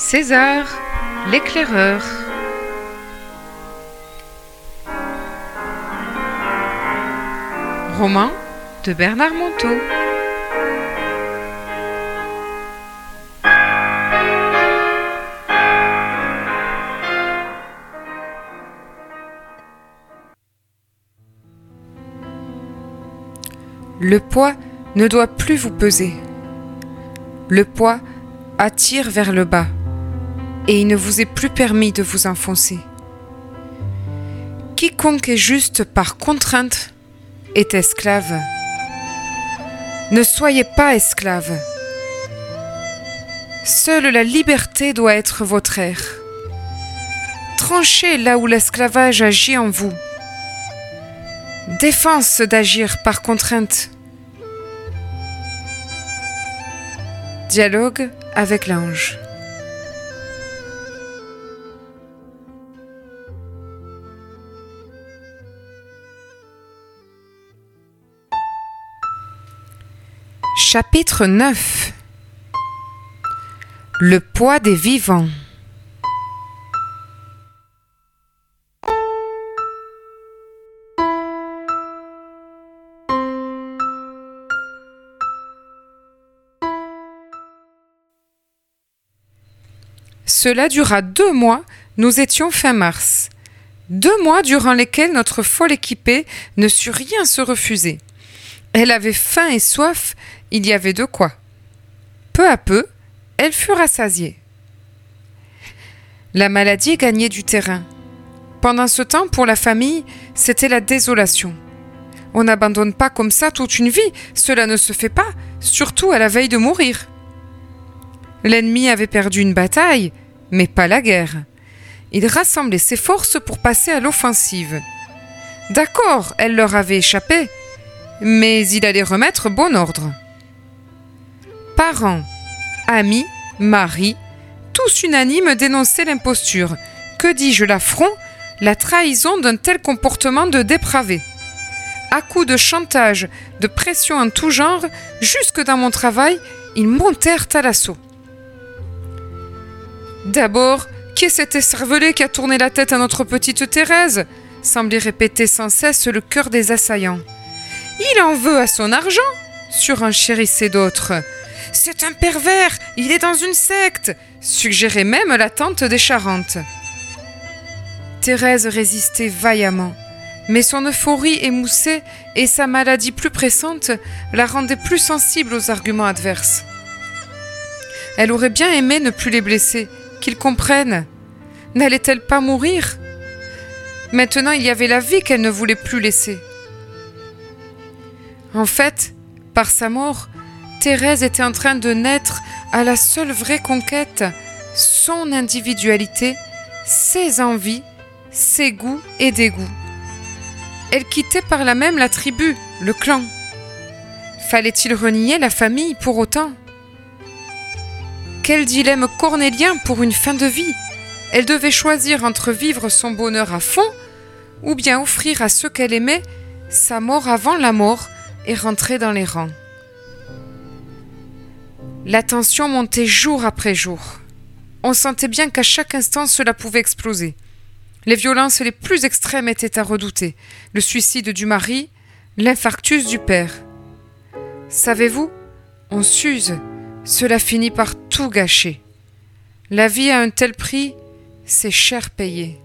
César, l'éclaireur. Roman de Bernard Monteau. Le poids ne doit plus vous peser. Le poids attire vers le bas et il ne vous est plus permis de vous enfoncer. Quiconque est juste par contrainte est esclave. Ne soyez pas esclave. Seule la liberté doit être votre air. Tranchez là où l'esclavage agit en vous. Défense d'agir par contrainte. Dialogue avec l'ange. Chapitre 9. Le poids des vivants. Cela dura 2 mois, nous étions fin mars. 2 mois durant lesquels notre folle équipée ne sut rien se refuser. Elle avait faim et soif, il y avait de quoi. Peu à peu, elle fut rassasiée. La maladie gagnait du terrain. Pendant ce temps, pour la famille, c'était la désolation. On n'abandonne pas comme ça toute une vie, cela ne se fait pas, surtout à la veille de mourir. L'ennemi avait perdu une bataille, mais pas la guerre. Il rassemblait ses forces pour passer à l'offensive. D'accord, elle leur avait échappé, mais il allait remettre bon ordre. Parents, amis, maris, tous unanimes dénonçaient l'imposture. Que dis-je, l'affront, la trahison d'un tel comportement de dépravé. À coups de chantage, de pression en tout genre, jusque dans mon travail, ils montèrent à l'assaut. D'abord, qui est cet écervelé qui a tourné la tête à notre petite Thérèse ? Semblait répéter sans cesse le cœur des assaillants. Il en veut à son argent, surenchérissaient d'autres. C'est un pervers, il est dans une secte, suggérait même la tante des Charentes. Thérèse résistait vaillamment, mais son euphorie émoussée et sa maladie plus pressante la rendaient plus sensible aux arguments adverses. Elle aurait bien aimé ne plus les blesser, qu'ils comprennent. N'allait-elle pas mourir ? Maintenant, il y avait la vie qu'elle ne voulait plus laisser. En fait, par sa mort, Thérèse était en train de naître à la seule vraie conquête, son individualité, ses envies, ses goûts et dégoûts. Elle quittait par là même la tribu, le clan. Fallait-il renier la famille pour autant ? Quel dilemme cornélien pour une fin de vie ! Elle devait choisir entre vivre son bonheur à fond ou bien offrir à ceux qu'elle aimait sa mort avant la mort et rentrer dans les rangs. La tension montait jour après jour. On sentait bien qu'à chaque instant cela pouvait exploser. Les violences les plus extrêmes étaient à redouter. Le suicide du mari, l'infarctus du père. Savez-vous, on s'use. Cela finit par tout gâcher. La vie à un tel prix, c'est cher payé.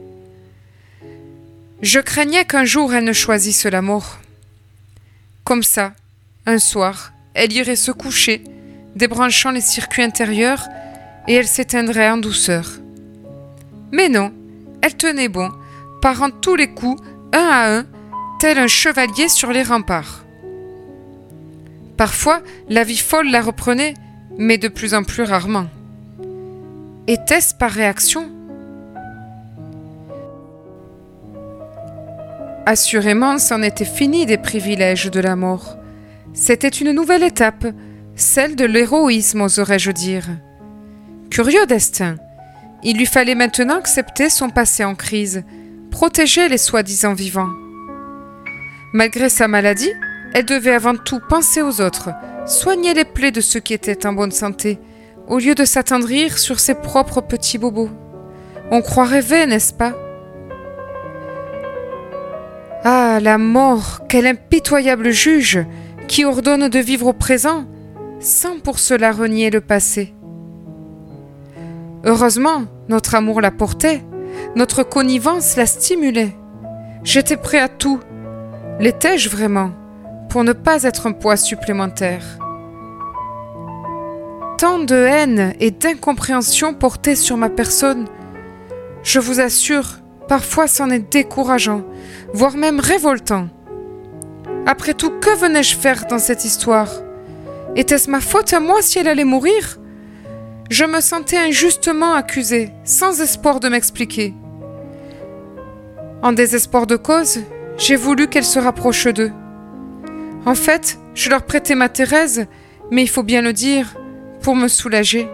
Je craignais qu'un jour elle ne choisisse la mort. Comme ça, un soir, elle irait se coucher, débranchant les circuits intérieurs, et elle s'éteindrait en douceur. Mais non, elle tenait bon, parant tous les coups, un à un, tel un chevalier sur les remparts. Parfois, la vie folle la reprenait, mais de plus en plus rarement. Était-ce par réaction ? Assurément, c'en était fini des privilèges de la mort. C'était une nouvelle étape, celle de l'héroïsme, oserais-je dire. Curieux destin. Il lui fallait maintenant accepter son passé en crise, protéger les soi-disant vivants. Malgré sa maladie, elle devait avant tout penser aux autres, soigner les plaies de ceux qui étaient en bonne santé, au lieu de s'attendrir sur ses propres petits bobos. On croit rêver, n'est-ce pas? Ah, la mort, quel impitoyable juge qui ordonne de vivre au présent sans pour cela renier le passé. Heureusement, notre amour la portait, notre connivence la stimulait. J'étais prêt à tout. L'étais-je vraiment, pour ne pas être un poids supplémentaire? Tant de haine et d'incompréhension portées sur ma personne. Je vous assure, parfois c'en est décourageant, voire même révoltant. Après tout, que venais-je faire dans cette histoire? Était-ce ma faute à moi si elle allait mourir? Je me sentais injustement accusée, sans espoir de m'expliquer. En désespoir de cause, j'ai voulu qu'elle se rapproche d'eux. En fait, je leur prêtais ma Thérèse, mais il faut bien le dire, pour me soulager.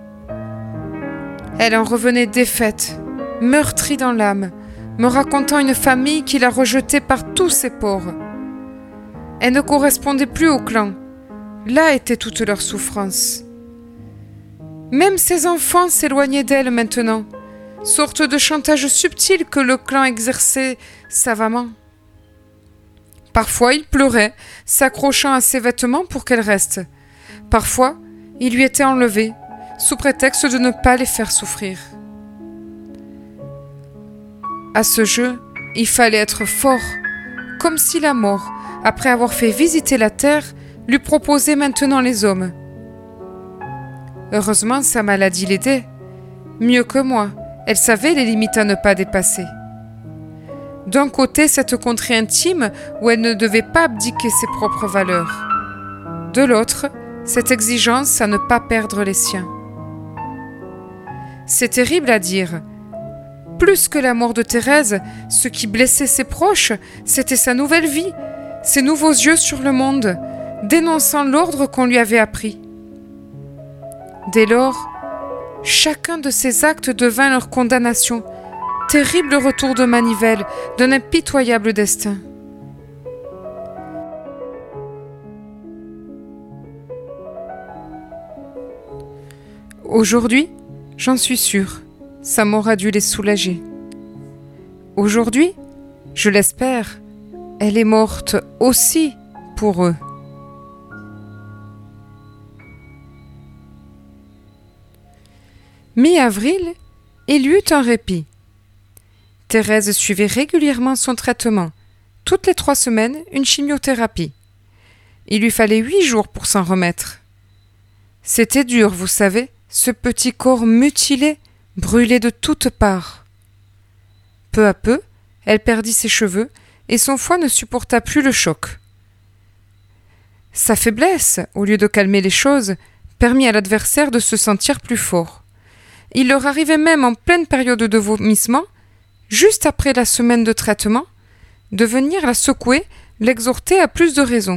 Elle en revenait défaite, meurtrie dans l'âme, me racontant une famille qui la rejetait par tous ses pores. Elle ne correspondait plus au clan. Là était toute leur souffrance. Même ses enfants s'éloignaient d'elle maintenant, sorte de chantage subtil que le clan exerçait savamment. Parfois il pleurait, s'accrochant à ses vêtements pour qu'elle reste. Parfois, il lui était enlevé, sous prétexte de ne pas les faire souffrir. À ce jeu, il fallait être fort, comme si la mort, après avoir fait visiter la terre, lui proposait maintenant les hommes. Heureusement, sa maladie l'aidait. Mieux que moi, elle savait les limites à ne pas dépasser. D'un côté, cette contrée intime où elle ne devait pas abdiquer ses propres valeurs. De l'autre, cette exigence à ne pas perdre les siens. C'est terrible à dire. Plus que la mort de Thérèse, ce qui blessait ses proches, c'était sa nouvelle vie, ses nouveaux yeux sur le monde, dénonçant l'ordre qu'on lui avait appris. Dès lors, chacun de ces actes devint leur condamnation, terrible retour de manivelle d'un impitoyable destin. Aujourd'hui, j'en suis sûre, sa mort a dû les soulager. Aujourd'hui, je l'espère, elle est morte aussi pour eux. Mi-avril, il y eut un répit. Thérèse suivait régulièrement son traitement, toutes les 3 semaines une chimiothérapie. Il lui fallait 8 jours pour s'en remettre. C'était dur, vous savez, ce petit corps mutilé, brûlé de toutes parts. Peu à peu, elle perdit ses cheveux et son foie ne supporta plus le choc. Sa faiblesse, au lieu de calmer les choses, permit à l'adversaire de se sentir plus fort. Il leur arrivait même en pleine période de vomissement, juste après la semaine de traitement, de venir la secouer, l'exhorter à plus de raison.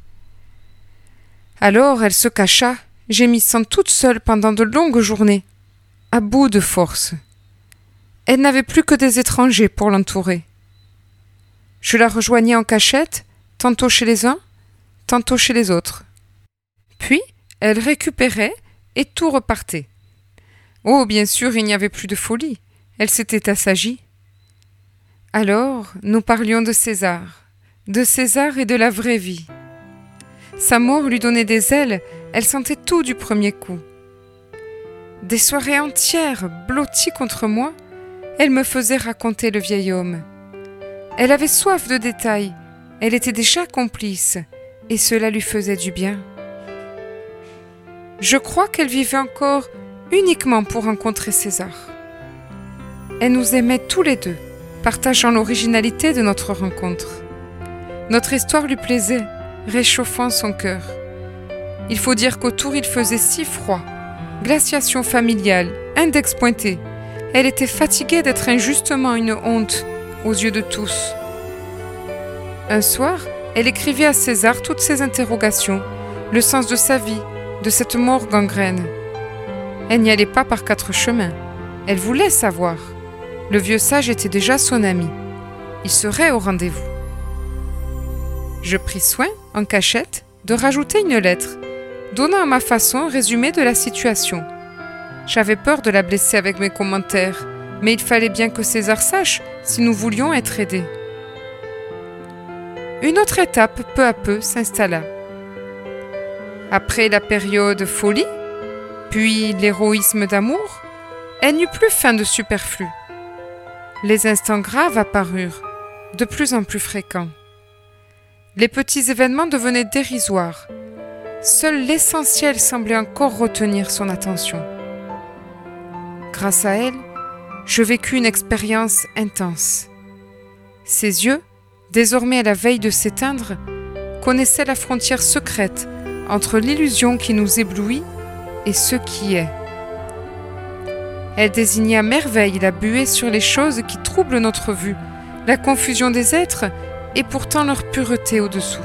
Alors elle se cacha, gémissant toute seule pendant de longues journées, à bout de force. Elle n'avait plus que des étrangers pour l'entourer. Je la rejoignais en cachette, tantôt chez les uns, tantôt chez les autres. Puis, elle récupérait et tout repartait. Oh, bien sûr, il n'y avait plus de folie. Elle s'était assagie. Alors, nous parlions de César et de la vraie vie. Sa mort lui donnait des ailes, elle sentait tout du premier coup. Des soirées entières, blotties contre moi, elle me faisait raconter le vieil homme. Elle avait soif de détails, elle était déjà complice, et cela lui faisait du bien. Je crois qu'elle vivait encore uniquement pour rencontrer César. Elle nous aimait tous les deux, partageant l'originalité de notre rencontre. Notre histoire lui plaisait, réchauffant son cœur. Il faut dire qu'autour il faisait si froid, glaciation familiale, index pointé. Elle était fatiguée d'être injustement une honte aux yeux de tous. Un soir, elle écrivit à César toutes ses interrogations, le sens de sa vie, de cette mort gangrène. Elle n'y allait pas par 4 chemins. Elle voulait savoir. Le vieux sage était déjà son ami. Il serait au rendez-vous. Je pris soin, en cachette, de rajouter une lettre, donnant à ma façon un résumé de la situation. J'avais peur de la blesser avec mes commentaires, mais il fallait bien que César sache si nous voulions être aidés. Une autre étape, peu à peu, s'installa. Après la période folie, puis l'héroïsme d'amour, elle n'eut plus fin de superflu. Les instants graves apparurent, de plus en plus fréquents. Les petits événements devenaient dérisoires. Seul l'essentiel semblait encore retenir son attention. Grâce à elle, je vécus une expérience intense. Ses yeux, désormais à la veille de s'éteindre, connaissaient la frontière secrète entre l'illusion qui nous éblouit et ce qui est. Elle désignait à merveille la buée sur les choses qui troublent notre vue, la confusion des êtres et pourtant leur pureté au-dessous.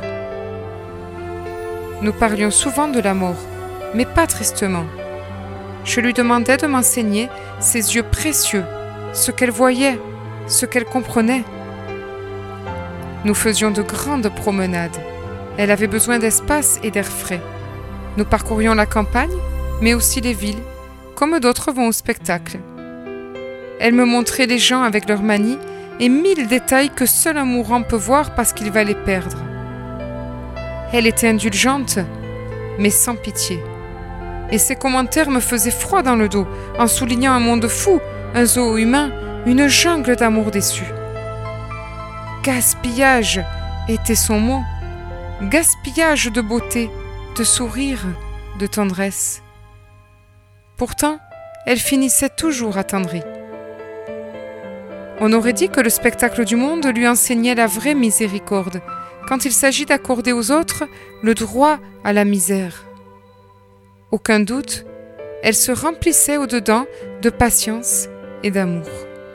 Nous parlions souvent de la mort, mais pas tristement. Je lui demandais de m'enseigner ses yeux précieux, ce qu'elle voyait, ce qu'elle comprenait. Nous faisions de grandes promenades. Elle avait besoin d'espace et d'air frais. Nous parcourions la campagne, mais aussi les villes, comme d'autres vont au spectacle. Elle me montrait les gens avec leurs manies et 1000 détails que seul un mourant peut voir parce qu'il va les perdre. Elle était indulgente, mais sans pitié. Et ses commentaires me faisaient froid dans le dos, en soulignant un monde fou, un zoo humain, une jungle d'amour déçu. Gaspillage était son mot. Gaspillage de beauté, de sourire, de tendresse. Pourtant, elle finissait toujours attendrie. On aurait dit que le spectacle du monde lui enseignait la vraie miséricorde, quand il s'agit d'accorder aux autres le droit à la misère. Aucun doute, elle se remplissait au-dedans de patience et d'amour.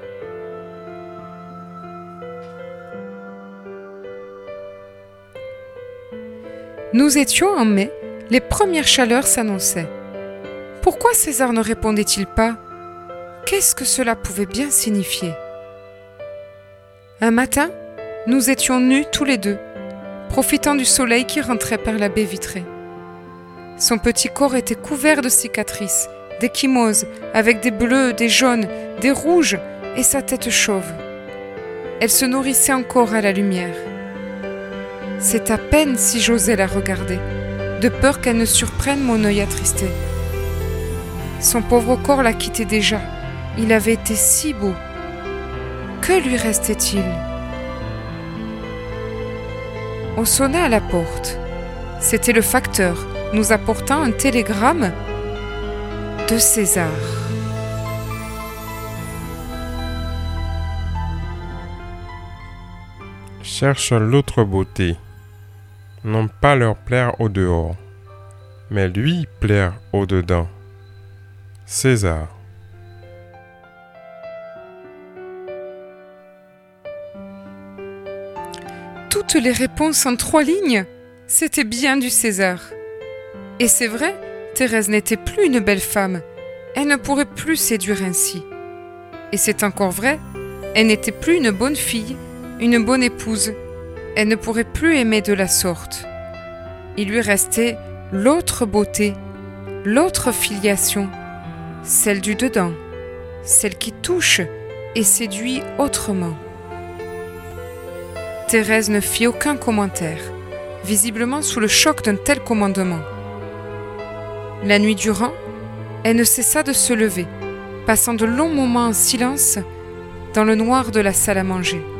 Nous étions en mai, les premières chaleurs s'annonçaient. Pourquoi César ne répondait-il pas ? Qu'est-ce que cela pouvait bien signifier ? Un matin, nous étions nus tous les deux, profitant du soleil qui rentrait par la baie vitrée. Son petit corps était couvert de cicatrices, d'échymoses, avec des bleus, des jaunes, des rouges et sa tête chauve. Elle se nourrissait encore à la lumière. C'est à peine si j'osais la regarder, de peur qu'elle ne surprenne mon œil attristé. Son pauvre corps la quittait déjà. Il avait été si beau. Que lui restait-il ? On sonna à la porte. C'était le facteur, nous apportant un télégramme de César. Cherche l'autre beauté, non pas leur plaire au dehors, mais lui plaire au dedans. César. Toutes les réponses en 3 lignes, c'était bien du César. Et c'est vrai, Thérèse n'était plus une belle femme. Elle ne pourrait plus séduire ainsi. Et c'est encore vrai, elle n'était plus une bonne fille, une bonne épouse. Elle ne pourrait plus aimer de la sorte. Il lui restait l'autre beauté, l'autre filiation, celle du dedans, celle qui touche et séduit autrement. Thérèse ne fit aucun commentaire, visiblement sous le choc d'un tel commandement. La nuit durant, elle ne cessa de se lever, passant de longs moments en silence dans le noir de la salle à manger.